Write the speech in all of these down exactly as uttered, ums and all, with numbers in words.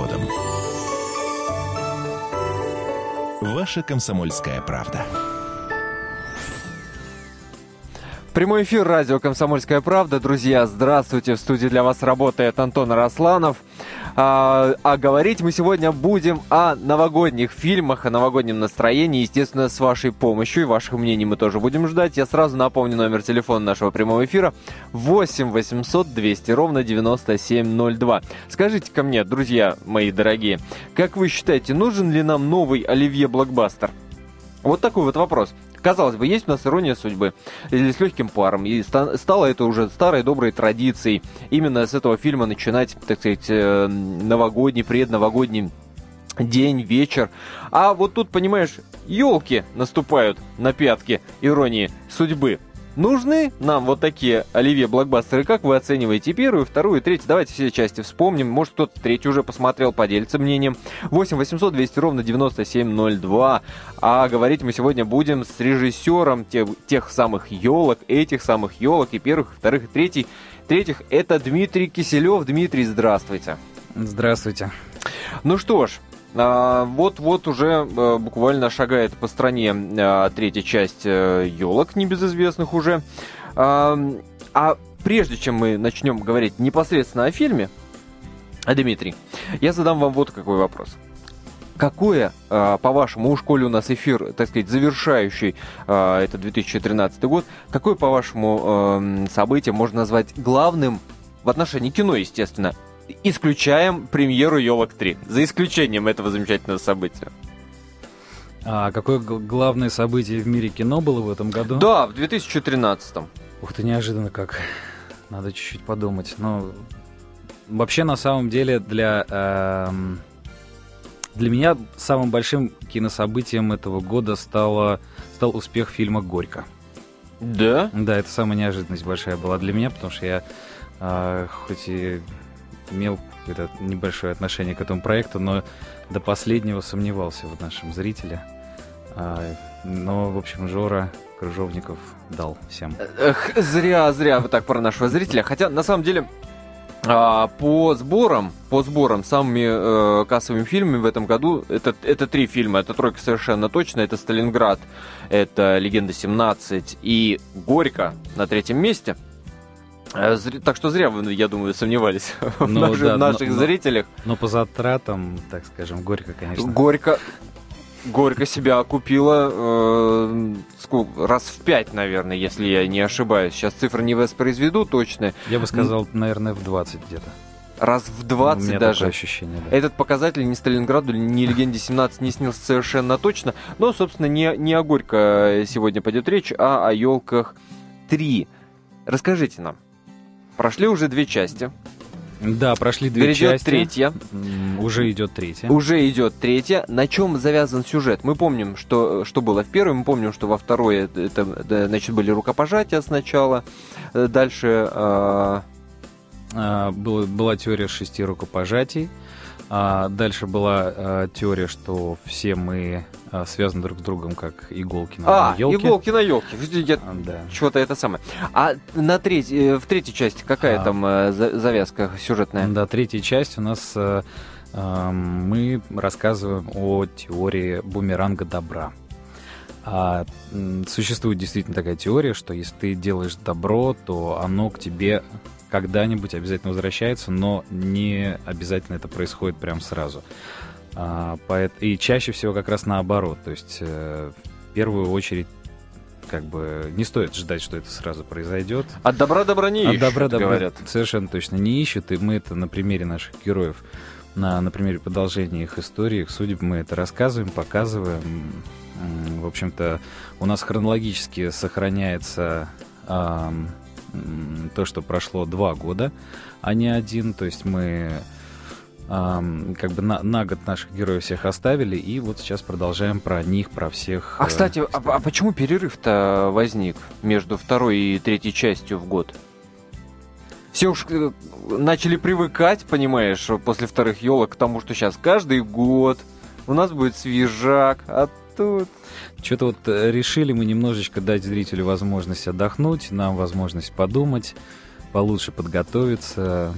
годом. Ваша «Комсомольская правда». Прямой эфир радио «Комсомольская правда». Друзья, здравствуйте. В студии для вас работает Антон Арасланов. А, а говорить мы сегодня будем о новогодних фильмах, о новогоднем настроении. Естественно, с вашей помощью и ваших мнений мы тоже будем ждать. Я сразу напомню номер телефона нашего прямого эфира. восемь восемьсот двести ровно девяносто семь ноль два. Скажите-ка мне, друзья мои дорогие, как вы считаете, нужен ли нам новый Оливье-блокбастер? Вот такой вот вопрос. Казалось бы, есть у нас «Ирония судьбы» или «С легким паром», и ста- стало это уже старой доброй традицией именно с этого фильма начинать, так сказать, э- новогодний, предновогодний день, вечер. А вот тут, понимаешь, елки наступают на пятки «Иронии судьбы». Нужны нам вот такие Оливье-блокбастеры? Как вы оцениваете первую, вторую, третью? Давайте все части вспомним. Может, кто-то третью уже посмотрел, поделится мнением. восемь восемьсот двести ровно девяносто семь ноль два. А говорить мы сегодня будем с режиссером тех, тех самых елок, этих самых елок, и первых, и вторых, и третий. Третьих это Дмитрий Киселев. Дмитрий, здравствуйте. Здравствуйте. Ну что ж, вот-вот уже буквально шагает по стране третья часть елок, небезызвестных уже. А прежде чем мы начнем говорить непосредственно о фильме, Дмитрий, я задам вам вот какой вопрос. Какое, по-вашему, уж коли у нас эфир, так сказать, завершающий это две тысячи тринадцатый год, какое, по-вашему, событие можно назвать главным в отношении кино, естественно, исключаем премьеру «Елок три», за исключением этого замечательного события? А какое г- главное событие в мире кино было в этом году? Да, в две тысячи тринадцатом. Ух ты, неожиданно как. Надо чуть-чуть подумать. Но вообще, на самом деле, для, эм, для меня самым большим кинособытием этого года стало, стал успех фильма «Горько». Да? Да, это самая неожиданность большая была для меня, потому что я э, хоть и имел какое-то небольшое отношение к этому проекту, но до последнего сомневался в нашем зрителе. А, но, в общем, Жора Крыжовников дал всем. Эх, зря, зря вы так про нашего зрителя. Хотя, на самом деле, а, по сборам, по сборам самыми э, кассовыми фильмами в этом году, это, это три фильма, это тройка совершенно точно, это «Сталинград», это «Легенда семнадцать» и «Горько» на третьем месте. Так что зря вы, я думаю, сомневались в ну, наших, да, наших но, зрителях. Но по затратам, так скажем, «Горько», конечно. Горько, Горько себя окупила э, сколько, раз в пять, наверное, если я не ошибаюсь. Сейчас цифры не воспроизведу точно. Я бы сказал, наверное, в двадцать где-то. Раз в двадцать. У меня даже. Такое ощущение, да. Этот показатель ни «Сталинграду», ни «Легенде семнадцать» не снился совершенно точно. Но, собственно, не, не о «Горько» сегодня пойдет речь, а о «Елках три». Расскажите нам. Прошли уже две части. Да, прошли две Теперь части. Идет третья. Уже идет третья. Уже идет третья. На чем завязан сюжет? Мы помним, что, что было в первой, мы помним, что во второй это, это, значит, были рукопожатия сначала. Дальше... Э... А, была, была теория шести рукопожатий. А дальше была а, теория, что все мы а, связаны друг с другом, как иголки на а, елке. иголки на елке. Я... А, да. Что-то это самое. А на треть, в третьей части какая а... там а, завязка сюжетная? Да, третья часть у нас а, а, мы рассказываем о теории бумеранга добра. А, существует действительно такая теория, что если ты делаешь добро, то оно к тебе когда-нибудь обязательно возвращается, но не обязательно это происходит прямо сразу. А, поэт... И чаще всего как раз наоборот. То есть э, в первую очередь как бы не стоит ждать, что это сразу произойдет. От добра добра не ищут, добра, добра говорят. Совершенно точно не ищут. И мы это на примере наших героев, на, на примере продолжения их истории, их судеб, мы это рассказываем, показываем. В общем-то, у нас хронологически сохраняется... Э, то, что прошло два года, а не один. То есть мы эм, как бы на, на год наших героев всех оставили, и вот сейчас продолжаем про них, про всех. А, кстати, э, а, а почему перерыв-то возник между второй и третьей частью в год? Все уж начали привыкать, понимаешь, после вторых елок к тому, что сейчас каждый год у нас будет свежак, а тут... Что-то вот решили мы немножечко дать зрителю возможность отдохнуть, нам возможность подумать. получше подготовиться.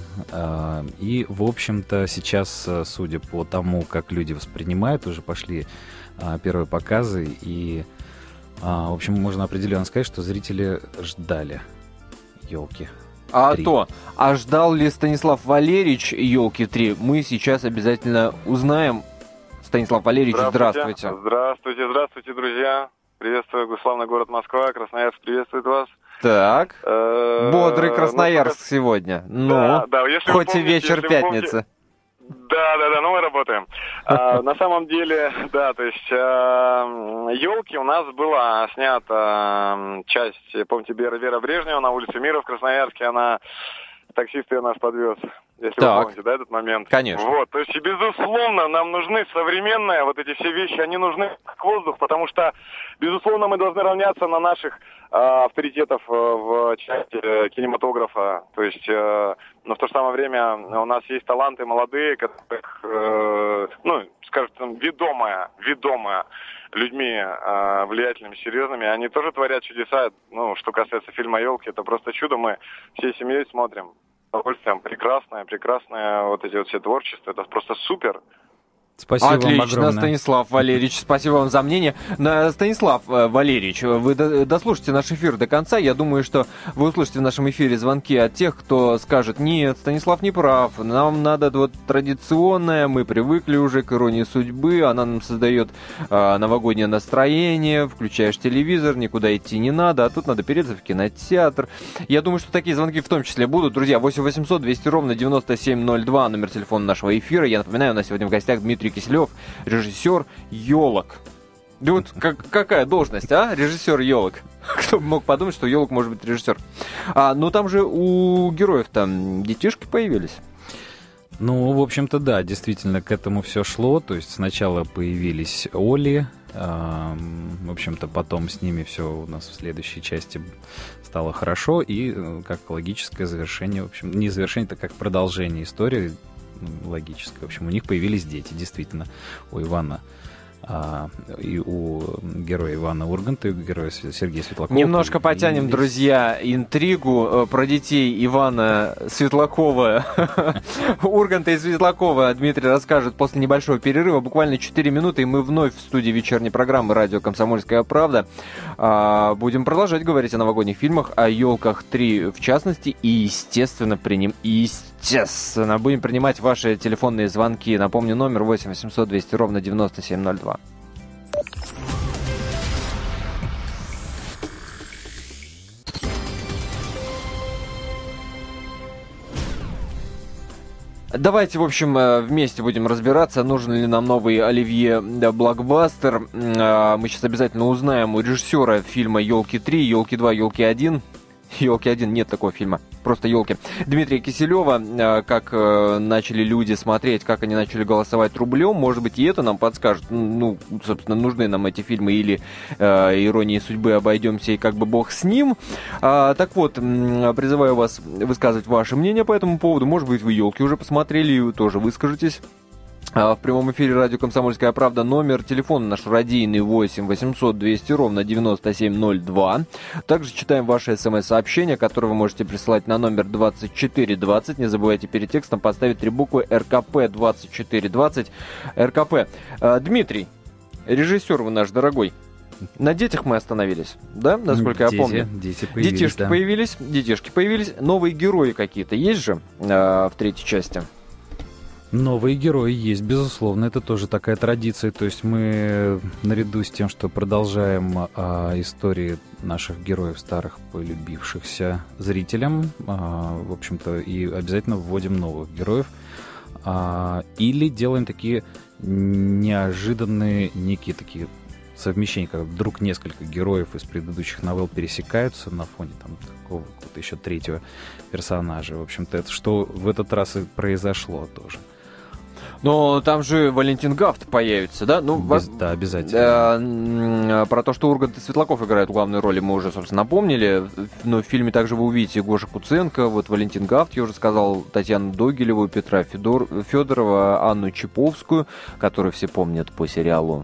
И, в общем-то, сейчас, судя по тому, как люди воспринимают, уже пошли первые показы, и, в общем, можно определенно сказать, что зрители ждали «Елки». А то, а ждал ли Станислав Валерьевич «Елки три»? Мы сейчас обязательно узнаем. Станислав Валерьевич, здравствуйте. Здравствуйте, здравствуйте, здравствуйте, друзья. Приветствую славный город Москва, Красноярск приветствует вас. Так, бодрый Красноярск ну, сегодня. Ну, да, да, если хоть помните, и вечер пятницы. Да, да, да, ну мы работаем. а, на самом деле, да, то есть «Елки» у нас была снята часть, помните, Вера Брежнева на улице Мира в Красноярске, она таксист ее нас подвез. Если так. Вы помните, да, этот момент? Конечно. Вот, то есть, безусловно, нам нужны современные, вот эти все вещи, они нужны как воздух, потому что, безусловно, мы должны равняться на наших э, авторитетов э, в части э, кинематографа. То есть, э, но в то же самое время у нас есть таланты молодые, которых, э, ну, скажем, ведомые, ведомые людьми э, влиятельными, серьезными, они тоже творят чудеса. Ну, что касается фильма «Елки», это просто чудо, мы всей семьей смотрим. Удовольствием. Прекрасное, прекрасное вот эти вот все творчества. Это просто супер. Спасибо Отлично, вам огромное. Станислав Валерьевич, спасибо вам за мнение. Станислав Валерьевич, вы дослушайте наш эфир до конца. Я думаю, что вы услышите в нашем эфире звонки от тех, кто скажет: нет, Станислав не прав, нам надо вот традиционное, мы привыкли уже к «Иронии судьбы», она нам создает а, новогоднее настроение, включаешь телевизор, никуда идти не надо, а тут надо переться в кинотеатр. Я думаю, что такие звонки в том числе будут. Друзья, восемь восемьсот двести ровно девяносто семь ноль два, номер телефона нашего эфира. Я напоминаю, у нас сегодня в гостях Дмитрий Киселев, режиссер «Елок». Да вот как, какая должность, а? Режиссер «Елок». Кто бы мог подумать, что «Елок» может быть режиссер. А, ну там же у героев там детишки появились. Ну, в общем-то, да, действительно, к этому все шло. То есть сначала появились Оли, э, в общем-то, потом с ними все у нас в следующей части стало хорошо. И как логическое завершение, в общем, не завершение, это как продолжение истории, логическое. В общем, у них появились дети, действительно, у Ивана а, и у героя Ивана Урганта, и у героя Сергея Светлакова. Немножко потянем, друзья, интригу про детей Ивана Светлакова, Урганта и Светлакова Дмитрий расскажет после небольшого перерыва, буквально четыре минуты, и мы вновь в студии вечерней программы «Радио Комсомольская правда» будем продолжать говорить о новогодних фильмах, о «Елках три» в частности, и, естественно, приним... и естественно, будем принимать ваши телефонные звонки. Напомню, номер восемь восемьсот двести ровно девяносто семь ноль два. Давайте, в общем, вместе будем разбираться, нужен ли нам новый Оливье блокбастер. Мы сейчас обязательно узнаем у режиссера фильма «Елки три», «Елки два», «Елки один». «Елки один» нет такого фильма, просто «Елки». Дмитрия Киселева, как начали люди смотреть, как они начали голосовать рублем, может быть, и это нам подскажет. Ну, собственно, нужны нам эти фильмы или э, «Иронии судьбы», обойдемся и как бы бог с ним. А, так вот, призываю вас высказывать ваше мнение по этому поводу. Может быть, вы «Елки» уже посмотрели и тоже выскажетесь. В прямом эфире радио «Комсомольская правда». Номер телефона наш радийный восемь восемьсот двести ровно девяносто семь ноль два. Также читаем ваши смс-сообщения, которые вы можете присылать на номер двадцать четыре двадцать. Не забывайте перед текстом поставить три буквы эр ка пэ двадцать четыре двадцать. эр ка пэ. Дмитрий, режиссер вы наш дорогой. На детях мы остановились, да, насколько Дети, я помню? Дети появились, Детишки да. появились, детишки появились. Новые герои какие-то есть же э, в третьей части? Новые герои есть, безусловно, это тоже такая традиция, то есть мы наряду с тем, что продолжаем а, истории наших героев старых, полюбившихся зрителям, а, в общем-то, и обязательно вводим новых героев, а, или делаем такие неожиданные некие такие совмещения, когда вдруг несколько героев из предыдущих новелл пересекаются на фоне там какого-то еще третьего персонажа, в общем-то, это что в этот раз и произошло тоже. Но там же Валентин Гафт появится, да? Ну, Без, да, обязательно. Э, про то, что Ургант и Светлаков играют главную роль, мы уже, собственно, напомнили. Но в фильме также вы увидите Гоша Куценко, вот Валентин Гафт, я уже сказал, Татьяну Догилеву, Петра Федор, Федорова, Анну Чиповскую, которую все помнят по сериалу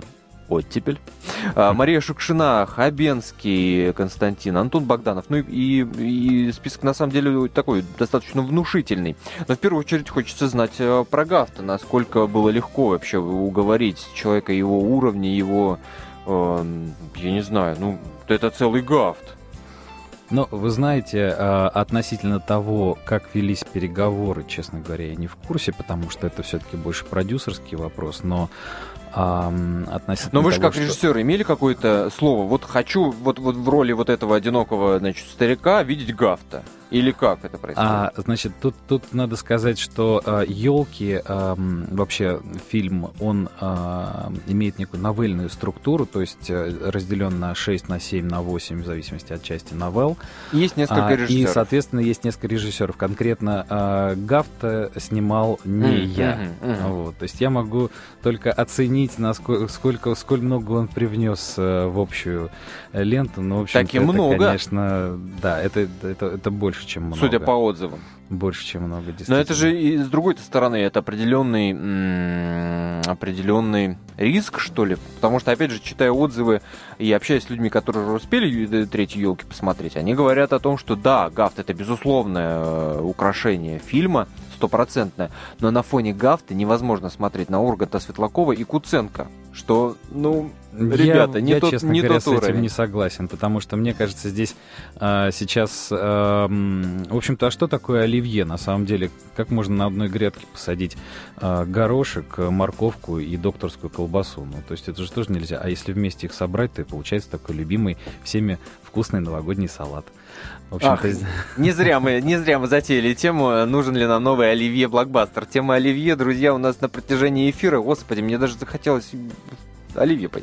Оттепель. А, Мария Шукшина, Хабенский, Константин, Антон Богданов. Ну и, и список на самом деле такой достаточно внушительный. Но в первую очередь хочется знать про Гафта, насколько было легко вообще уговорить человека его уровня, его, э, я не знаю, ну это целый Гафт. Ну, вы знаете, относительно того, как велись переговоры, честно говоря, я не в курсе, потому что это все-таки больше продюсерский вопрос, но а, относительно Но вы же того, как что... режиссер имели какое-то слово? Вот хочу вот, вот в роли вот этого одинокого, значит, старика видеть Гафта. Или как это происходит? А, значит, тут, тут надо сказать, что а, «Елки», а, вообще фильм, он а, имеет некую новельную структуру, то есть разделен на шесть, на семь, на восемь, в зависимости от части новелл. Есть несколько а, режиссеров. И, соответственно, есть несколько режиссеров. Конкретно а, Гафта снимал не mm, я. Mm-hmm, mm-hmm. Вот, то есть я могу только оценить, насколько, сколько, сколь много он привнес а, в общую ленту. Но, в общем-то, так и это, много. Конечно, да, это, это, это больше, чем много. Судя по отзывам. Больше, чем много, действительно. Но это же и с другой стороны, это определенный, м- определенный риск, что ли. Потому что, опять же, читая отзывы и общаясь с людьми, которые уже успели третью «Елки» посмотреть, они говорят о том, что да, Гафт — это безусловное украшение фильма, стопроцентное, но на фоне Гафта невозможно смотреть на Урганта, Светлакова и Куценко, что, ну, ребята, я, не я, тот, честно не говоря, тот с этим уровень. не согласен, потому что, мне кажется, здесь э, сейчас, э, в общем-то, а что такое оливье, на самом деле? Как можно на одной грядке посадить э, горошек, морковку и докторскую колбасу? Ну, то есть это же тоже нельзя. А если вместе их собрать, то и получается такой любимый всеми вкусный новогодний салат. В Ах, не зря мы, не зря мы затеяли тему, нужен ли нам новый оливье-блокбастер. Тема оливье, друзья, у нас на протяжении эфира. Господи, мне даже захотелось оливье поесть.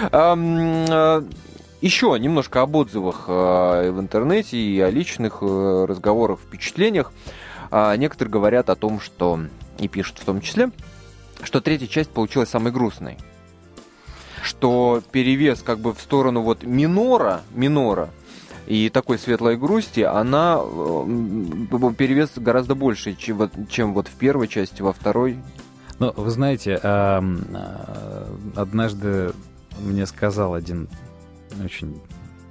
Еще немножко об отзывах в интернете и о личных разговорах, впечатлениях. Некоторые говорят о том, что, и пишут в том числе, что третья часть получилась самой грустной. Что перевес как бы в сторону вот минора, минора, и такой светлой грусти, она перевес гораздо больше, чем вот, чем вот в первой части, во второй. Ну, вы знаете, однажды мне сказал один очень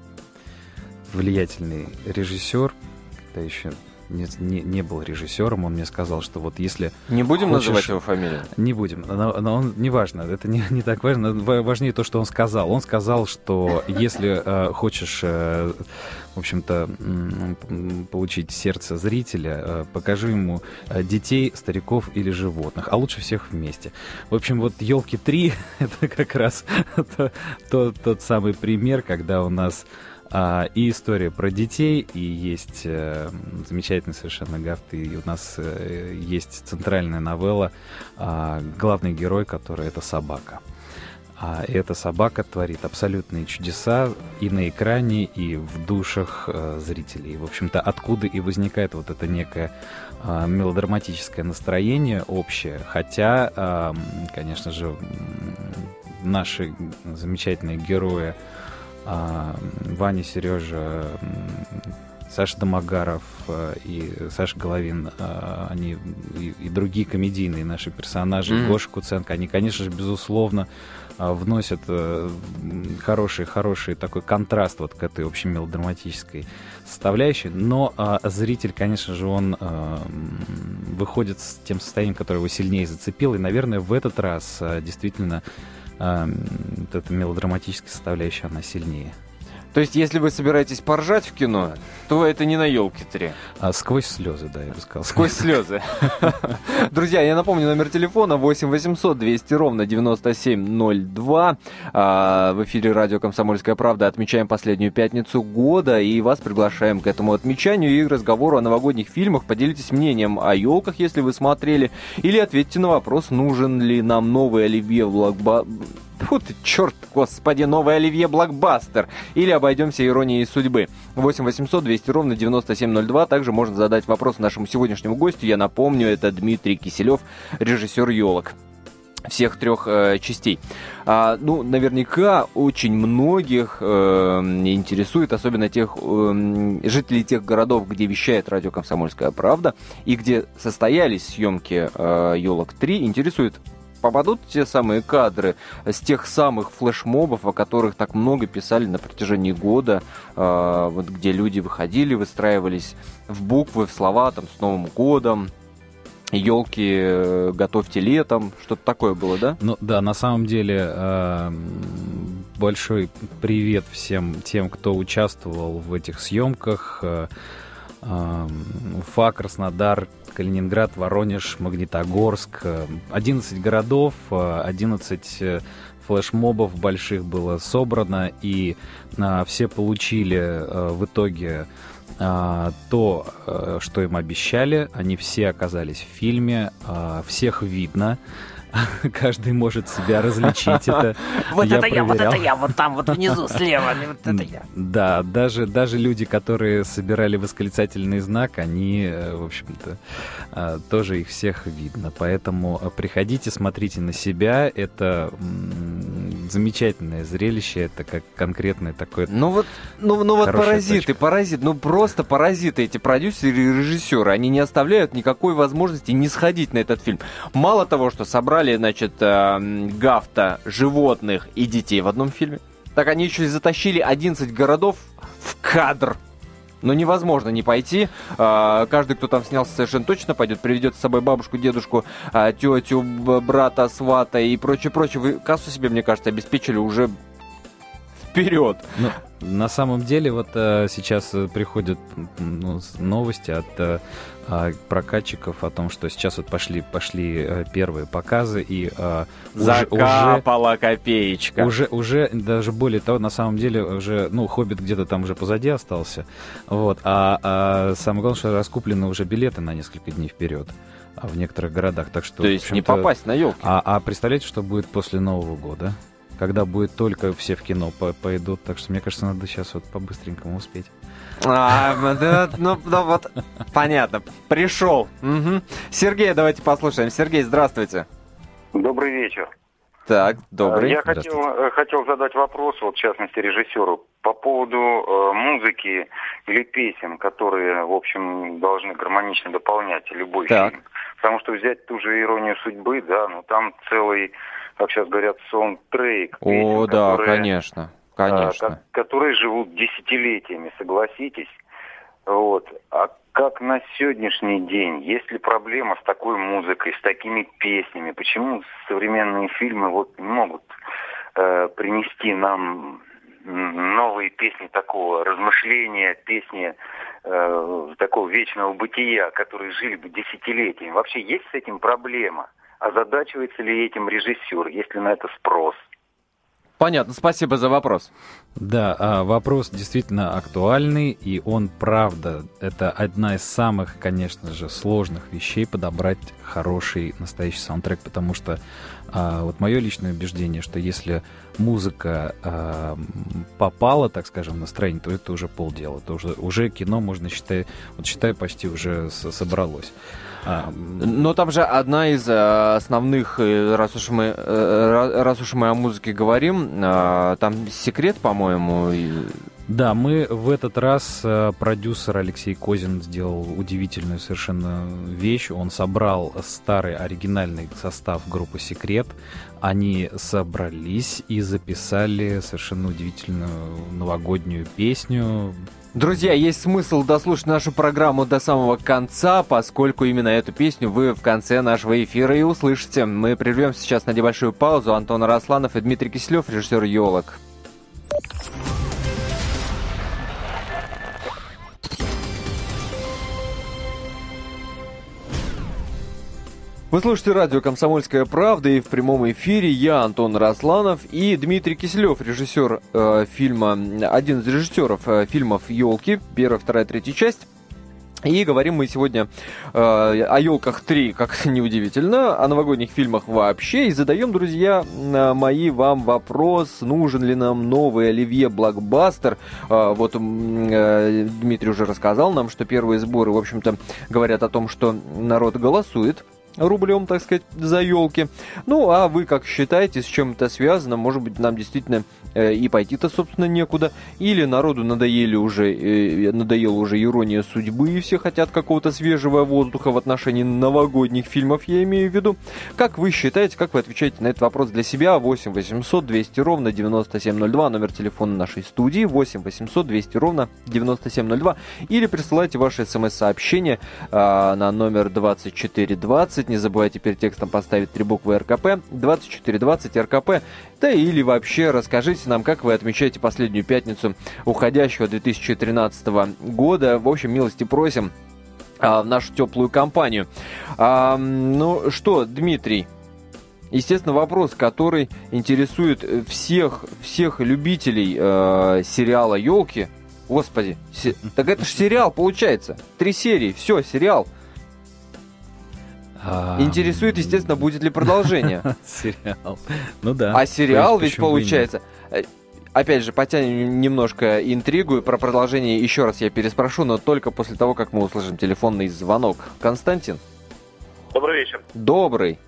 влиятельный режиссер, когда еще не, не, не был режиссером, он мне сказал, что вот если... Не будем хочешь... называть его фамилию? Не будем, но, но он, не важно, это не, не так важно, важнее то, что он сказал. Он сказал, что если э, хочешь, э, в общем-то, э, получить сердце зрителя, э, покажи ему э, детей, стариков или животных, а лучше всех вместе. В общем, вот «Елки три» — это как раз то, то, тот самый пример, когда у нас А, и история про детей, и есть э, замечательный совершенно Гафт, и у нас э, есть центральная новелла, э, главный герой, который — это собака. А эта собака творит абсолютные чудеса и на экране, и в душах э, зрителей. В общем-то, откуда и возникает вот это некое э, мелодраматическое настроение общее, хотя, э, конечно же, наши замечательные герои, Ваня, Сережа, Саша Домогаров и Саша Головин, они и, и другие комедийные наши персонажи, mm-hmm. Гоша Куценко, они, конечно же, безусловно, вносят хороший-хороший такой контраст вот к этой общей мелодраматической составляющей, но а, зритель, конечно же, он а, выходит с тем состоянием, которое его сильнее зацепило, и, наверное, в этот раз а, действительно а, вот эта мелодраматическая составляющая, она сильнее. То есть, если вы собираетесь поржать в кино, то это не на «Елке три». А сквозь слезы, да, я бы сказал. Сквозь слезы. Друзья, я напомню, номер телефона восемь восемьсот двести ровно девяносто семь ноль два. В эфире радио «Комсомольская правда» отмечаем последнюю пятницу года, и вас приглашаем к этому отмечанию и разговору о новогодних фильмах. Поделитесь мнением о «Елках», если вы смотрели, или ответьте на вопрос, нужен ли нам новый оливье блокбастер. Фу ты, черт, господи, новый оливье блокбастер. Или обойдемся иронией судьбы. восемь восемьсот двести ровно девяносто семь ноль два. Также можно задать вопрос нашему сегодняшнему гостю. Я напомню, это Дмитрий Киселев, режиссер «Елок» всех трех э, частей. А, ну, наверняка очень многих э, интересует, особенно тех э, жителей тех городов, где вещает радио «Комсомольская правда» и где состоялись съемки э, «Елок три», интересует попадут те самые кадры с тех самых флешмобов, о которых так много писали на протяжении года, э, вот где люди выходили, выстраивались в буквы, в слова, там, с Новым годом, елки, готовьте летом, что-то такое было, да? Ну да, на самом деле э, большой привет всем тем, кто участвовал в этих съемках. Э, э, Уфа, Краснодар, Калининград, Воронеж, Магнитогорск. одиннадцать городов, одиннадцать флешмобов больших было собрано, и э, все получили э, в итоге Uh, то, uh, что им обещали. Они все оказались в фильме, uh, всех видно. Каждый может себя различить. Это вот я это я, вот проверял. это я, вот там, вот внизу, слева, вот это я. Да, даже, даже люди, которые собирали восклицательный знак, они, в общем-то, тоже их всех видно. Поэтому приходите, смотрите на себя. Это замечательное зрелище, это как конкретное такое. Ну вот, ну, ну вот паразиты, паразиты, ну просто паразиты, эти продюсеры и режиссеры, они не оставляют никакой возможности не сходить на этот фильм. Мало того, что собрали, значит, э, гафта, животных и детей в одном фильме, так они еще и затащили одиннадцать городов в кадр. Ну, невозможно не пойти. Каждый, кто там снялся, совершенно точно пойдет, приведет с собой бабушку, дедушку, тетю, брата, свата и прочее, прочее. Вы кассу себе, мне кажется, обеспечили уже вперед. Ну, на самом деле, вот а, сейчас приходят ну, новости от а, прокатчиков о том, что сейчас вот пошли, пошли а, первые показы, и а, закапала уже, копеечка. Уже, уже, даже более того, на самом деле, уже, ну, «Хоббит» где-то там уже позади остался, вот, а, а самое главное, что раскуплены уже билеты на несколько дней вперед в некоторых городах, так что... То есть не попасть на елки. А, а представляете, что будет после Нового года? Когда будет только все в кино по- пойдут. Так что, мне кажется, надо сейчас вот по-быстренькому успеть. А, да, ну, ну вот, понятно. Пришел. Угу. Сергей, давайте послушаем. Сергей, здравствуйте. Добрый вечер. Так, добрый. Я хотел, хотел задать вопрос, вот, в частности, режиссеру, по поводу э, музыки или песен, которые, в общем, должны гармонично дополнять любой так. фильм. Потому что взять ту же «Иронию судьбы», да, ну там целый, как сейчас говорят, саундтрек. О, песен, да, которые, конечно, конечно. А, которые живут десятилетиями, согласитесь. Вот. А как на сегодняшний день, есть ли проблема с такой музыкой, с такими песнями? Почему современные фильмы вот не могут э, принести нам новые песни такого размышления, песни э, такого вечного бытия, которые жили бы десятилетиями? Вообще есть с этим проблема? Озадачивается ли этим режиссер, есть ли на это спрос? Понятно, спасибо за вопрос. Да, вопрос действительно актуальный, и он, правда, это одна из самых, конечно же, сложных вещей подобрать хороший настоящий саундтрек, потому что а, вот мое личное убеждение, что если музыка а, попала, так скажем, в настроение, то это уже полдела, то уже, уже кино, можно считать, вот считай, почти уже собралось. Но там же одна из основных, раз уж мы, раз уж мы о музыке говорим, там «Секрет», по-моему. Да, мы в этот раз, продюсер Алексей Козин сделал удивительную совершенно вещь. Он собрал старый оригинальный состав группы «Секрет». Они собрались и записали совершенно удивительную новогоднюю песню. Друзья, есть смысл дослушать нашу программу до самого конца, поскольку именно эту песню вы в конце нашего эфира и услышите. Мы прервемся сейчас на небольшую паузу. Антон Арасланов и Дмитрий Киселев, режиссер «Елок». Вы слушаете радио «Комсомольская правда», и в прямом эфире я, Антон Арасланов, и Дмитрий Киселев, режиссер э, фильма, один из режиссеров э, фильмов «Елки», первая, вторая, третья часть. И говорим мы сегодня э, о «Елках три», как неудивительно, о новогодних фильмах вообще. И задаем, друзья, мои вам вопрос, нужен ли нам новый оливье-блокбастер. Э, вот э, Дмитрий уже рассказал нам, что первые сборы, в общем-то, говорят о том, что народ голосует. рублем, так сказать, за елки. Ну, а вы как считаете, с чем это связано? Может быть, нам действительно э, и пойти-то, собственно, некуда. Или народу надоели уже, э, надоела уже ирония судьбы, и все хотят какого-то свежего воздуха в отношении новогодних фильмов, я имею в виду. Как вы считаете, как вы отвечаете на этот вопрос для себя? восемь восемьсот двести ровно девяносто семь ноль два, номер телефона нашей студии, восемь восемьсот двести ровно девяносто семь ноль два. Или присылайте ваши смс-сообщения э, на номер двадцать четыре двадцать. Не забывайте перед текстом поставить три буквы эр ка пэ, двадцать четыре двадцать эр ка пэ. Да или вообще расскажите нам, как вы отмечаете последнюю пятницу уходящего две тысячи тринадцатого года. В общем, милости просим а, в нашу теплую компанию. А, ну что, Дмитрий, естественно, вопрос, который интересует всех, всех любителей э, сериала «Елки». Господи, се... так это же сериал получается. Три серии, все, сериал. Интересует, естественно, будет ли продолжение. Сериал. Ну да. А сериал ведь получается... Опять же, потянем немножко интригу. Про продолжение еще раз я переспрошу, но только после того, как мы услышим телефонный звонок. Константин? Добрый вечер. Добрый.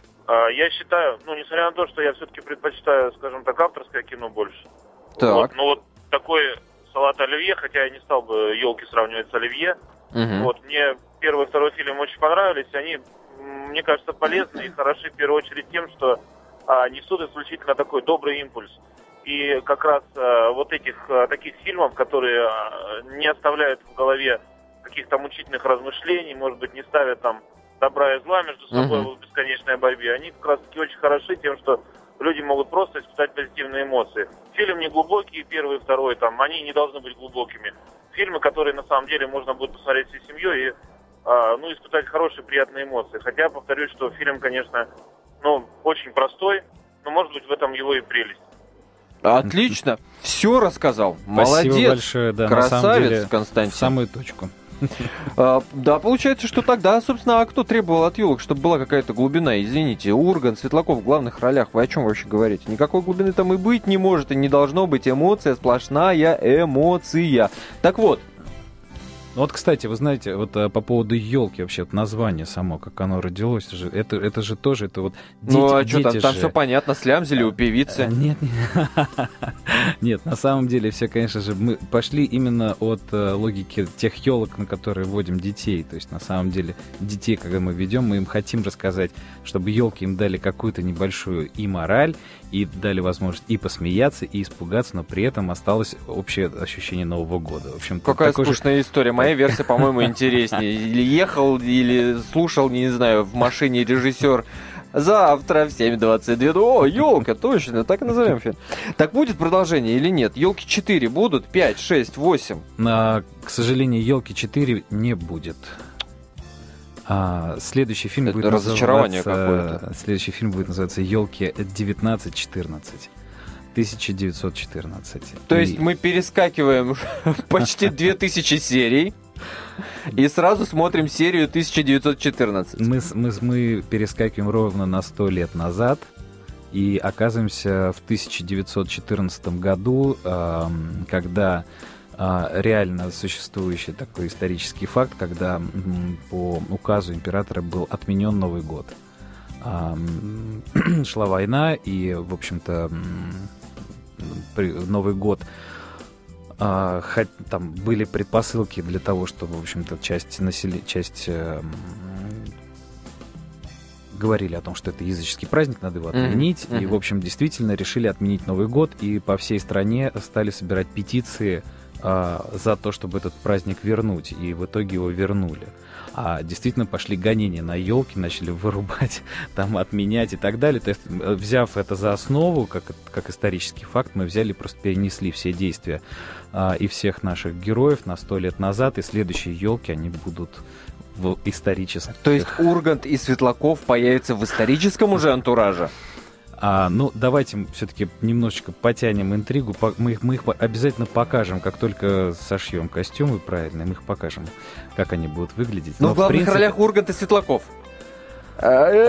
Я считаю, ну, несмотря на то, что я все-таки предпочитаю, скажем так, авторское кино больше. Так. Вот, но вот такой салат оливье, хотя я не стал бы елки сравнивать с оливье. Угу. Вот, мне первый и второй фильм очень понравились. Они, мне кажется, полезны и хороши в первую очередь тем, что а, несут исключительно такой добрый импульс. И как раз а, вот этих а, таких фильмов, которые а, не оставляют в голове каких-то мучительных размышлений, может быть, не ставят там добра и зла между собой uh-huh. в бесконечной борьбе, они как раз таки очень хороши тем, что люди могут просто испытать позитивные эмоции. Фильм не глубокий, первый и второй, там, они не должны быть глубокими. Фильмы, которые на самом деле можно будет посмотреть всей семьей и а, ну, испытать хорошие, приятные эмоции. Хотя, повторюсь, что фильм, конечно, ну, очень простой, но, может быть, в этом его и прелесть. Отлично, все рассказал. Молодец. Спасибо большое, да, красавец, на самом деле, Константин. в самую точку. А, да, получается, что тогда, собственно, а кто требовал от елок, чтобы была какая-то глубина? Извините, Ургант, Светлаков в главных ролях. Вы о чем вообще говорите? Никакой глубины там и быть не может, и не должно быть. Эмоция, сплошная эмоция. Так вот. Вот, кстати, вы знаете, вот а, по поводу елки вообще, вот название само, как оно родилось, это же, это, это же тоже, это вот дети, ну, а что там, же... там все понятно, слямзили у певицы. А, нет, нет. Нет, на самом деле все, конечно же, мы пошли именно от uh, логики тех елок, на которые вводим детей. То есть, на самом деле, детей, когда мы ведем, мы им хотим рассказать, чтобы елки им дали какую-то небольшую и мораль, и дали возможность и посмеяться, и испугаться, но при этом осталось общее ощущение Нового года. В общем, какая скучная же... история. Моя версия, по-моему, интереснее. Или ехал, или слушал, не знаю, в машине режиссер завтра в семь двадцать два. О, елка, точно, так и назовем фильм. Так будет продолжение или нет? Елки четыре будут? пять, шесть, восемь? А, к сожалению, елки четыре не будет. А, следующий фильм это будет разочарование называться... какое-то. Следующий фильм будет называться «Елки девятнадцать четырнадцать». тысяча девятьсот четырнадцать. То и... есть мы перескакиваем почти две тысячи серий и сразу смотрим серию тысяча девятьсот четырнадцать. Мы, мы, мы перескакиваем ровно на сто лет назад и оказываемся в тысяча девятьсот четырнадцатом году, э, когда э, реально существующий такой исторический факт, когда м, по указу императора был отменен Новый год. Э, шла война, и, в общем-то, Новый год, а, хоть, там были предпосылки для того, чтобы, в общем-то, часть населения, часть э, говорили о том, что это языческий праздник, надо его отменить, mm-hmm. и, в общем, действительно решили отменить Новый год, и по всей стране стали собирать петиции э, за то, чтобы этот праздник вернуть, и в итоге его вернули. А действительно пошли гонения на елки, начали вырубать, там, отменять и так далее. То есть, взяв это за основу, как, как исторический факт, мы взяли, просто перенесли все действия а, и всех наших героев на сто лет назад, и следующие елки, они будут в историческом. То есть Ургант и Светлаков появятся в историческом уже антураже? А, ну, давайте все-таки немножечко потянем интригу. Мы их, мы их обязательно покажем, как только сошьем костюмы правильно, мы их покажем, как они будут выглядеть. Но, Но в главных в принципе... ролях Ургант и Светлаков.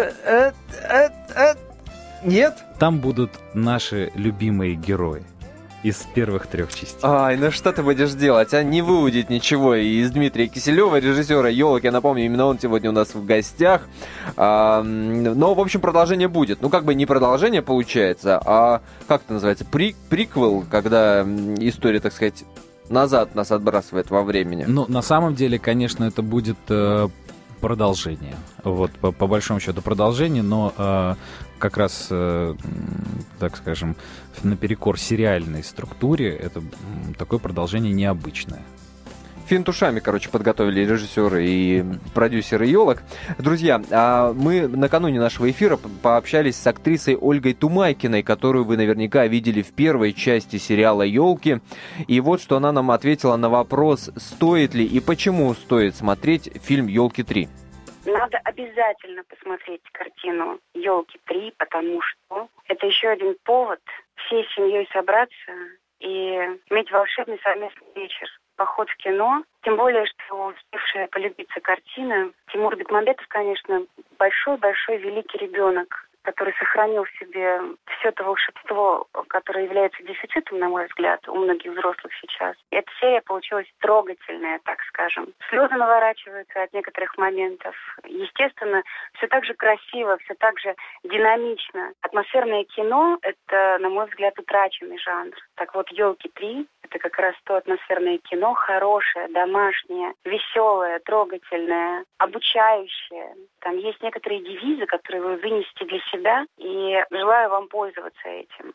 Нет? Там будут наши любимые герои. из первых трех частей. Ай, ну что ты будешь делать, а? Не выудить ничего из Дмитрия Киселева, режиссера «Елок». Я напомню, именно он сегодня у нас в гостях. А, но, в общем, продолжение будет. Ну, как бы не продолжение получается, а, как это называется, При, приквел, когда история, так сказать, назад нас отбрасывает во времени. Ну, на самом деле, конечно, это будет э, продолжение. Вот, по, по большому счету продолжение, но э, как раз, э, так скажем, наперекор сериальной структуре, это м, такое продолжение необычное. Финт ушами, короче, подготовили режиссеры и продюсеры «Елок». Друзья, а мы накануне нашего эфира пообщались с актрисой Ольгой Тумайкиной, которую вы наверняка видели в первой части сериала «Елки». И вот что она нам ответила на вопрос, стоит ли и почему стоит смотреть фильм «Елки три». Надо обязательно посмотреть картину «Елки три», потому что это еще один повод всей семьей собраться и иметь волшебный совместный вечер. Поход в кино, тем более, что успевшая полюбиться картина. Тимур Бекмамбетов, конечно, большой-большой великий ребенок, который сохранил в себе все то волшебство, которое является дефицитом, на мой взгляд, у многих взрослых сейчас. И эта серия получилась трогательная, так скажем. Слезы наворачиваются от некоторых моментов. Естественно, все так же красиво, все так же динамично. Атмосферное кино — это, на мой взгляд, утраченный жанр. Так вот, «Елки три» — это как раз то атмосферное кино, хорошее, домашнее, веселое, трогательное, обучающее. Там есть некоторые девизы, которые вы вынесете для себя, и желаю вам пользоваться этим.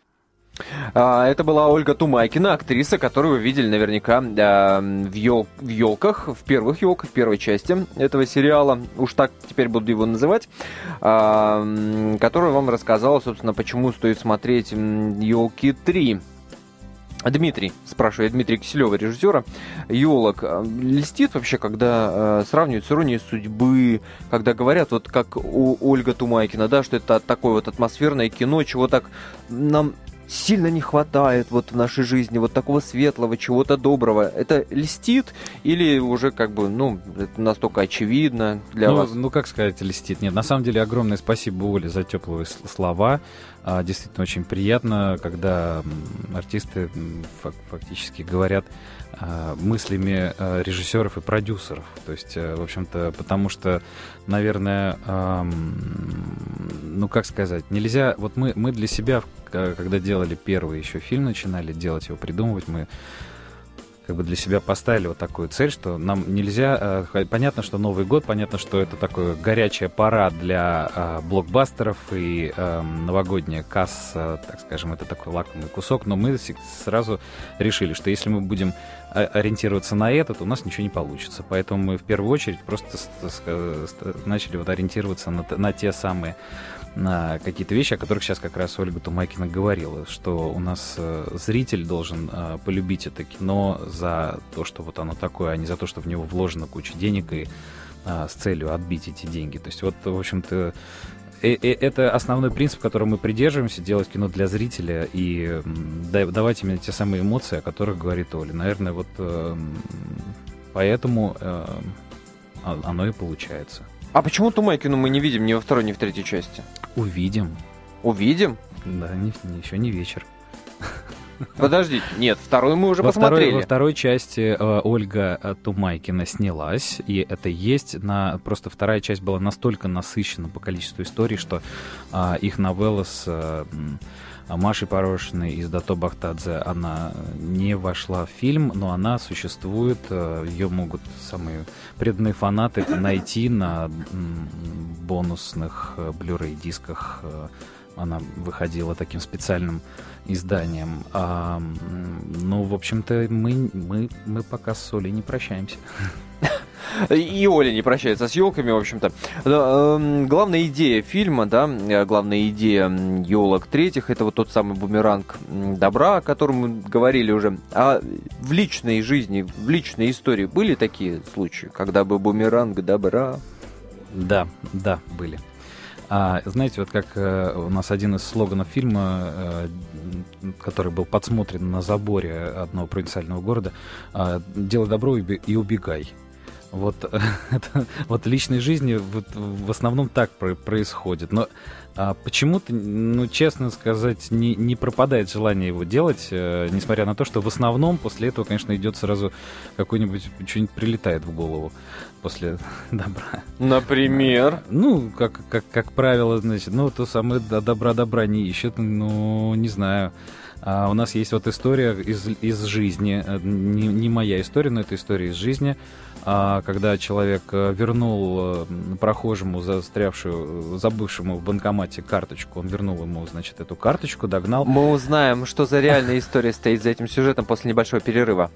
Это была Ольга Тумайкина, актриса, которую вы видели наверняка в, ел... в «Елках», в первых «Елках», в первой части этого сериала, уж так теперь буду его называть, которая вам рассказала, собственно, почему стоит смотреть «Елки три». Дмитрий, спрашивает Дмитрия Киселева, режиссера «Елок», льстит вообще, когда э, сравнивают с «Иронией судьбы», когда говорят, вот как у Ольга Тумайкина, да, что это такое вот атмосферное кино, чего так нам сильно не хватает вот в нашей жизни, вот такого светлого, чего-то доброго. Это льстит или уже как бы, ну, это настолько очевидно для ну, вас? Ну, как сказать, льстит? Нет, на самом деле огромное спасибо Оле за теплые слова. А, действительно очень приятно, когда артисты фактически говорят а, мыслями а, режиссеров и продюсеров. То есть, а, в общем-то, потому что, наверное, а, ну, как сказать, нельзя... Вот мы, мы для себя, когда делали первый еще фильм, начинали делать его, придумывать, мы как бы для себя поставили вот такую цель, что нам нельзя... Понятно, что Новый год, понятно, что это такое горячая пора для а, блокбастеров и а, новогодняя касса, так скажем, это такой лакомый кусок, но мы сразу решили, что если мы будем ориентироваться на это, то у нас ничего не получится. Поэтому мы в первую очередь просто начали вот ориентироваться на, на те самые на какие-то вещи, о которых сейчас как раз Ольга Тумайкина говорила, что у нас э, зритель должен э, полюбить это кино за то, что вот оно такое, а не за то, что в него вложена куча денег и э, с целью отбить эти деньги. То есть вот, в общем-то, э, э, это основной принцип, которого мы придерживаемся, делать кино для зрителя и э, давать именно те самые эмоции, о которых говорит Оля. Наверное, вот э, поэтому э, оно и получается. А почему Тумайкину мы не видим ни во второй, ни в третьей части? Увидим. Увидим? Да, не, не, еще не вечер. Подождите, нет, вторую мы уже во посмотрели. Второй, во второй части э, Ольга Тумайкина снялась, и это есть. На, просто вторая часть была настолько насыщена по количеству историй, что э, их новелла с э, Машей Порошиной из Дато Бахтадзе, она не вошла в фильм, но она существует, э, ее могут самые преданные фанаты найти на м, бонусных э, Blu-ray дисках. Э, она выходила таким специальным изданием. А, ну, в общем-то, мы, мы, мы пока с Олей не прощаемся. И Оля не прощается с елками, в общем-то. Главная идея фильма, да, главная идея «Елок третьих» — это вот тот самый бумеранг добра, о котором мы говорили уже. А в личной жизни, в личной истории были такие случаи, когда бы бумеранг добра? Да, да, были. А, знаете, вот как э, у нас один из слоганов фильма, э, который был подсмотрен на заборе одного провинциального города, э, «Делай добро и убегай». Вот, это, вот в личной жизни вот, в основном так про- происходит. Но а, почему-то, ну, честно сказать, не, не пропадает желание его делать, э, несмотря на то, что в основном после этого, конечно, идет сразу какой-нибудь, что-нибудь прилетает в голову после добра. Например? Ну, как, как, как правило, значит, ну, то самое добра добра не ищет, ну, не знаю. А у нас есть вот история из, из жизни, не, не моя история, но это история из жизни, а, когда человек вернул прохожему, застрявшему, забывшему в банкомате карточку, он вернул ему, значит, эту карточку, догнал. Мы узнаем, что за реальная история стоит за этим сюжетом после небольшого перерыва.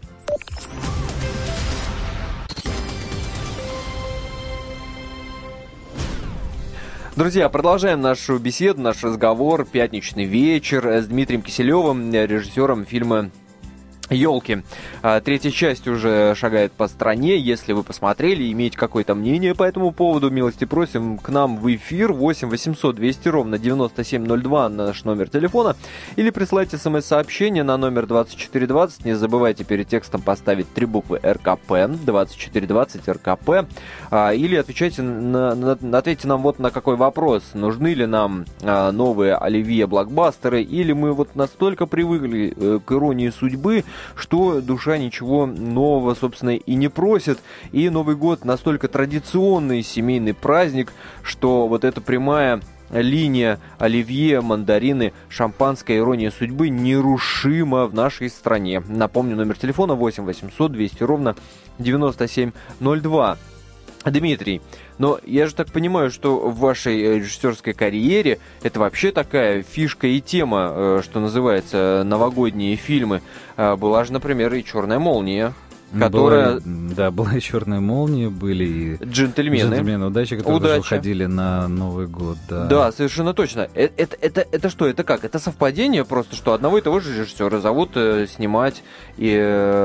Друзья, продолжаем нашу беседу, наш разговор. Пятничный вечер с Дмитрием Киселевым, режиссером фильма «Елки». Третья часть уже шагает по стране. Если вы посмотрели, имеете какое-то мнение по этому поводу, милости просим к нам в эфир. Восемь восемьсот двести ровно девяносто семь ноль два наш номер телефона. Или присылайте смс-сообщение на номер двадцать четыре двадцать. Не забывайте перед текстом поставить три буквы эр ка пэ. двадцать четыре двадцать эр ка пэ. Или отвечайте на, на, ответьте нам вот на какой вопрос. Нужны ли нам новые оливье-блокбастеры? Или мы вот настолько привыкли к иронии судьбы, что душа ничего нового, собственно, и не просит. И Новый год настолько традиционный семейный праздник, что вот эта прямая линия оливье, мандарины, шампанское, ирония судьбы нерушима в нашей стране. Напомню, номер телефона восемь восемьсот двести ровно девяносто семь ноль два. Дмитрий, но я же так понимаю, что в вашей режиссерской карьере это вообще такая фишка и тема, что называется, новогодние фильмы. Была же, например, и «Черная молния», которая... Была, да, была и «Черная молния», были и «Джентльмены». «Джентльмены удачи», которые Удача. тоже выходили на Новый год. Да, да, совершенно точно. Это, это, это, это что, это как? Это совпадение просто, что одного и того же режиссера зовут э, снимать и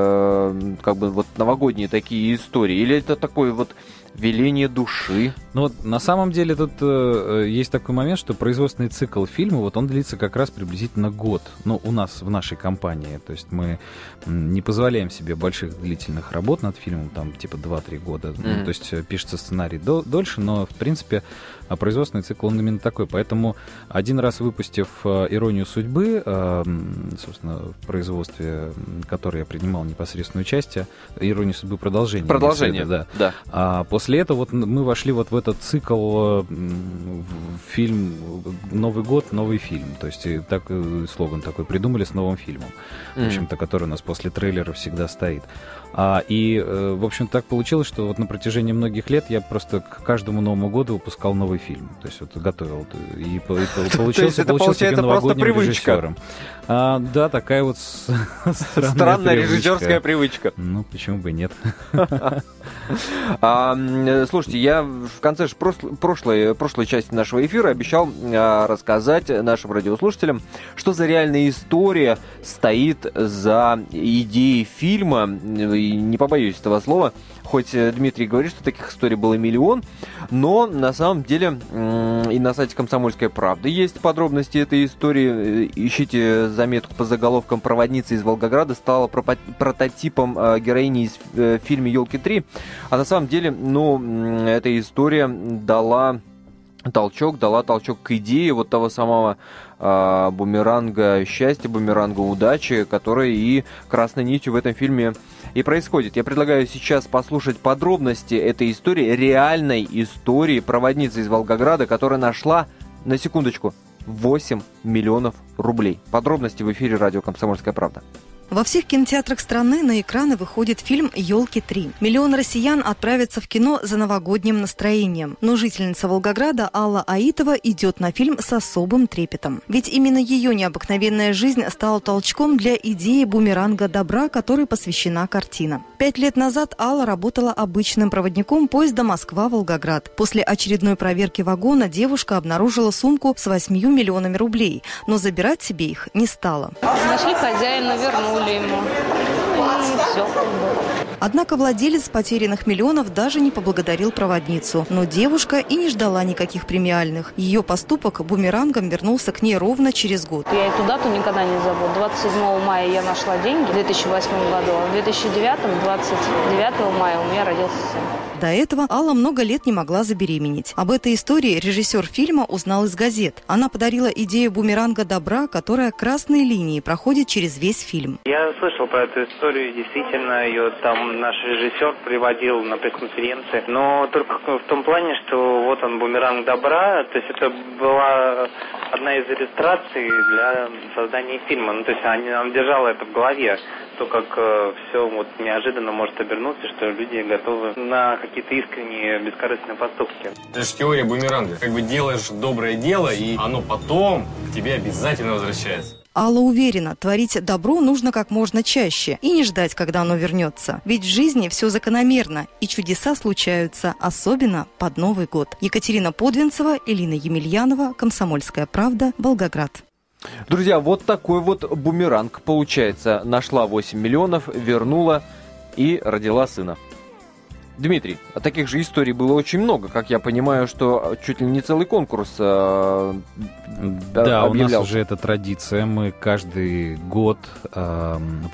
э, как бы вот новогодние такие истории? Или это такой вот веление души? Ну вот на самом деле тут э, есть такой момент, что производственный цикл фильма, вот он длится как раз приблизительно год. Ну, у нас в нашей компании. То есть мы не позволяем себе больших длительных работ над фильмом, там типа два-три года. Mm-hmm. Ну, то есть пишется сценарий до, дольше, но в принципе производственный цикл он именно такой. Поэтому один раз выпустив «Иронию судьбы», э, собственно, в производстве, в которой я принимал непосредственное участие, «Иронию судьбы» продолжение. Продолжение, да. да. А после этого вот мы вошли вот в этот цикл в фильм «Новый год, новый фильм». То есть так слоган такой придумали с новым фильмом, mm-hmm. в общем-то, который у нас после трейлера всегда стоит. А, и, в общем, так получилось, что вот на протяжении многих лет я просто к каждому Новому году выпускал новый фильм. То есть вот готовил. И, и получился, получился таким новогодним режиссером. А, да, такая вот странная, странная режиссерская привычка. Ну, почему бы и нет. а, слушайте, я в конце же прошлой, прошлой, прошлой части нашего эфира обещал а, рассказать нашим радиослушателям, что за реальная история стоит за идеей фильма. И не побоюсь этого слова, хоть Дмитрий говорит, что таких историй было миллион, но на самом деле и на сайте «Комсомольская правда» есть подробности этой истории. Ищите заметку по заголовкам: «Проводница из Волгограда стала прототипом героини из фильма «Елки три». А на самом деле, ну, эта история дала толчок, дала толчок к идее вот того самого э, бумеранга счастья, бумеранга удачи, который и красной нитью в этом фильме и происходит. Я предлагаю сейчас послушать подробности этой истории, реальной истории проводницы из Волгограда, которая нашла, на секундочку, восемь миллионов рублей. Подробности в эфире радио «Комсомольская правда». Во всех кинотеатрах страны на экраны выходит фильм «Елки три». Миллион россиян отправятся в кино за новогодним настроением. Но жительница Волгограда Алла Аитова идет на фильм с особым трепетом. Ведь именно ее необыкновенная жизнь стала толчком для идеи бумеранга добра, которой посвящена картина. Пять лет назад Алла работала обычным проводником поезда Москва-Волгоград. После очередной проверки вагона девушка обнаружила сумку с восьмью миллионами рублей, но забирать себе их не стала. Нашли хозяина, вернули ему. и все. Однако владелец потерянных миллионов даже не поблагодарил проводницу. Но девушка и не ждала никаких премиальных. Ее поступок бумерангом вернулся к ней ровно через год. Я эту дату никогда не забуду. двадцать седьмого мая я нашла деньги в две тысячи восьмом году. А в две тысячи девятом, двадцать девятого мая, у меня родился сын. До этого Алла много лет не могла забеременеть. Об этой истории режиссер фильма узнал из газет. Она подарила идею бумеранга добра, которая красной линией проходит через весь фильм. Я слышал про эту историю, действительно, ее там наш режиссер приводил на пресс-конференции, но только в том плане, что вот он бумеранг добра, то есть это была одна из иллюстраций для создания фильма. Ну, то есть она, она держала это в голове, то, как э, все вот неожиданно может обернуться, что люди готовы на какие-то искренние бескорыстные поступки. Это же теория бумеранга. Как бы делаешь доброе дело, и оно потом к тебе обязательно возвращается. Алла уверена, творить добро нужно как можно чаще и не ждать, когда оно вернется. Ведь в жизни все закономерно, и чудеса случаются, особенно под Новый год. Екатерина Подвинцева, Элина Емельянова, «Комсомольская правда», Волгоград. Друзья, вот такой вот бумеранг получается. Нашла восемь миллионов, вернула и родила сына. Дмитрий, а таких же историй было очень много. Как я понимаю, что чуть ли не целый конкурс э, да, объявлял. У нас уже это традиция. Мы каждый год э,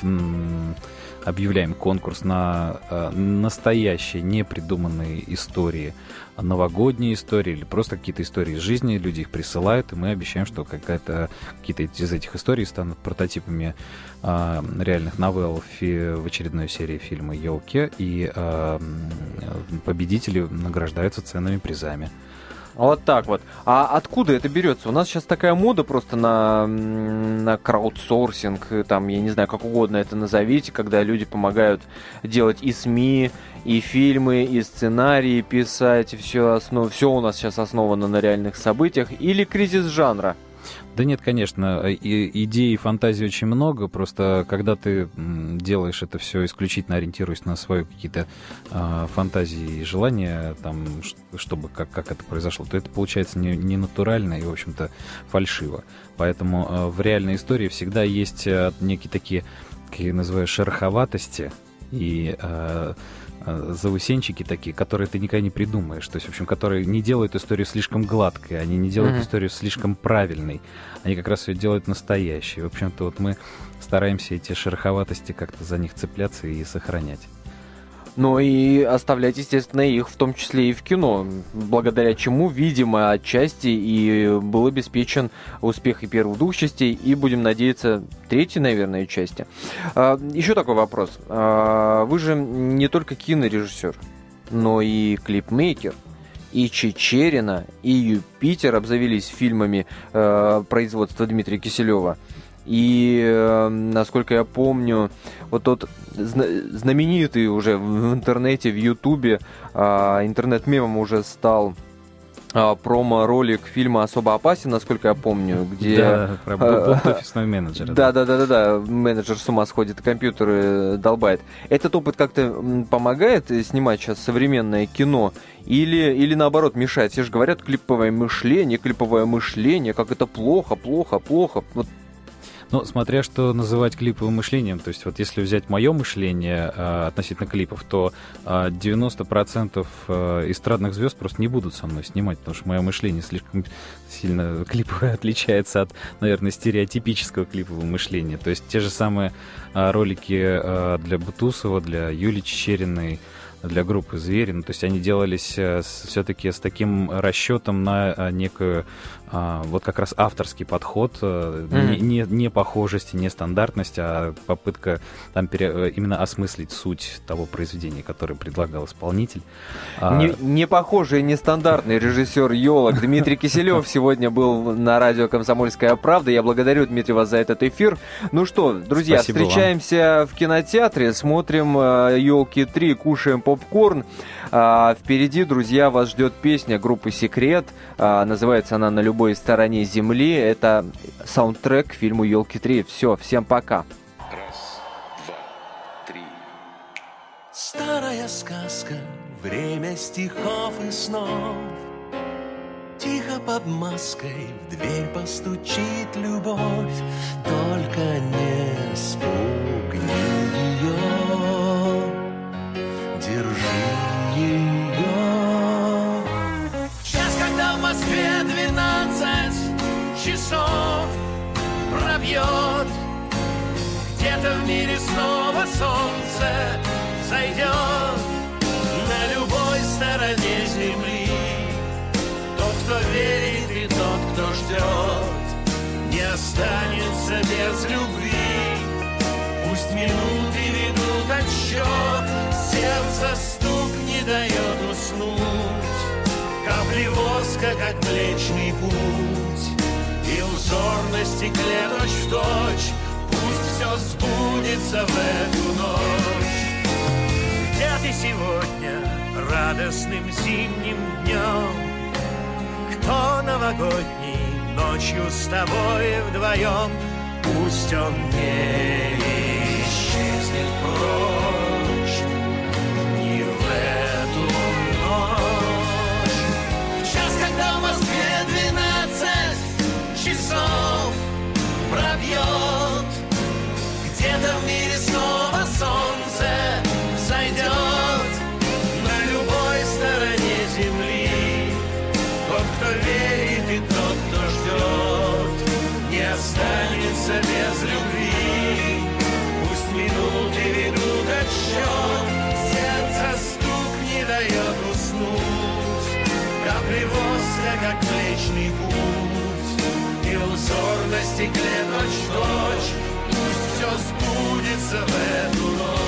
объявляем конкурс на э, настоящие, непридуманные истории, новогодние истории или просто какие-то истории из жизни. Люди их присылают, и мы обещаем, что какая-то, какие-то из этих историй станут прототипами э, реальных новелл фи, в очередной серии фильма «Елки», и э, победители награждаются ценными призами. Вот так вот. А откуда это берется? У нас сейчас такая мода просто на, на краудсорсинг, там, я не знаю, как угодно это назовите, когда люди помогают делать и СМИ, и фильмы, и сценарии писать, все, основ... все у нас сейчас основано на реальных событиях, или кризис жанра? Да нет, конечно, и, идей и фантазий очень много, просто когда ты делаешь это все исключительно ориентируясь на свои какие-то э, фантазии и желания, там, чтобы как, как это произошло, то это получается не, не натурально и, в общем-то, фальшиво. Поэтому э, в реальной истории всегда есть э, некие такие, как я называю, шероховатости и... Э, заусенчики такие, которые ты никогда не придумаешь. То есть, в общем, которые не делают историю слишком гладкой, они не делают mm-hmm. историю слишком правильной. Они как раз ее делают настоящей. В общем-то, вот мы стараемся эти шероховатости как-то за них цепляться и сохранять. Ну и оставлять, естественно, их в том числе и в кино, благодаря чему, видимо, отчасти и был обеспечен успех и первых двух частей, и, будем надеяться, третьей, наверное, части. А, еще такой вопрос. А, вы же не только кинорежиссер, но и клипмейкер. И Чечерина, и Юпитер обзавелись фильмами э, производства Дмитрия Киселева. И, э, насколько я помню, вот тот знаменитый уже в интернете, в Ютубе, э, интернет-мемом уже стал э, промо-ролик фильма «Особо опасен», насколько я помню, где... Да, про бот офисного менеджера. Да-да-да, менеджер с ума сходит, компьютеры долбает. Этот опыт как-то помогает снимать сейчас современное кино? Или, или наоборот мешает? Все же говорят, клиповое мышление, клиповое мышление, как это плохо, плохо, плохо. Вот. Ну, смотря что называть клиповым мышлением, то есть вот если взять мое мышление э, относительно клипов, то э, девяносто процентов э, эстрадных звезд просто не будут со мной снимать, потому что мое мышление слишком сильно клиповое отличается от, наверное, стереотипического клипового мышления. То есть те же самые э, ролики э, для Бутусова, для Юлии Чечериной, для группы «Звери», ну, то есть они делались э, все-таки с таким расчетом на э, некую э, вот как раз авторский подход, э, mm. не, не, не похожести, не стандартность, а попытка там пере, именно осмыслить суть того произведения, которое предлагал исполнитель. Не, не похожий, нестандартный режиссер «Елок» Дмитрий Киселев сегодня был на радио «Комсомольская правда». Я благодарю, Дмитрий, вас за этот эфир. Ну что, друзья, Спасибо встречаемся вам в кинотеатре, смотрим э, «Елки три», кушаем попкорн. А, впереди, друзья, вас ждет песня группы «Секрет». А, называется она «На любой стороне земли». Это саундтрек к фильму «Елки три». Все, всем пока. Раз, два, три. Старая сказка, время стихов и снов. Тихо где под маской в дверь постучит любовь, только не спугни ее, держи ее. В час, когда в Москве двенадцать часов пробьет, где-то в мире снова солнце зайдет. На любой стороне земли тот, кто верит, и тот, кто ждет, не останется без любви. Пусть минуты ведут отсчет, сердце стук не дает уснуть. Капли воска, как Млечный Путь, и узор на стекле точь-в-точь. Пусть все сбудется в эту ночь. Где ты сегодня радостным зимним днем? Кто новогодний ночью с тобой вдвоем? Пусть он не исчезнет прочь ни в эту ночь. В час, когда в Москве двенадцать часов пробьет, где-то в мире снова солнце взойдет. На любой стороне земли тот, кто верит, и тот, кто ждет, не останется без любви. Пусть минуты ведут отсчет, сердце стук не дает уснуть. Капли воска, как Млечный Путь, и узор на стекле точь-в-точь. Пусть все сбудется в эту ночь.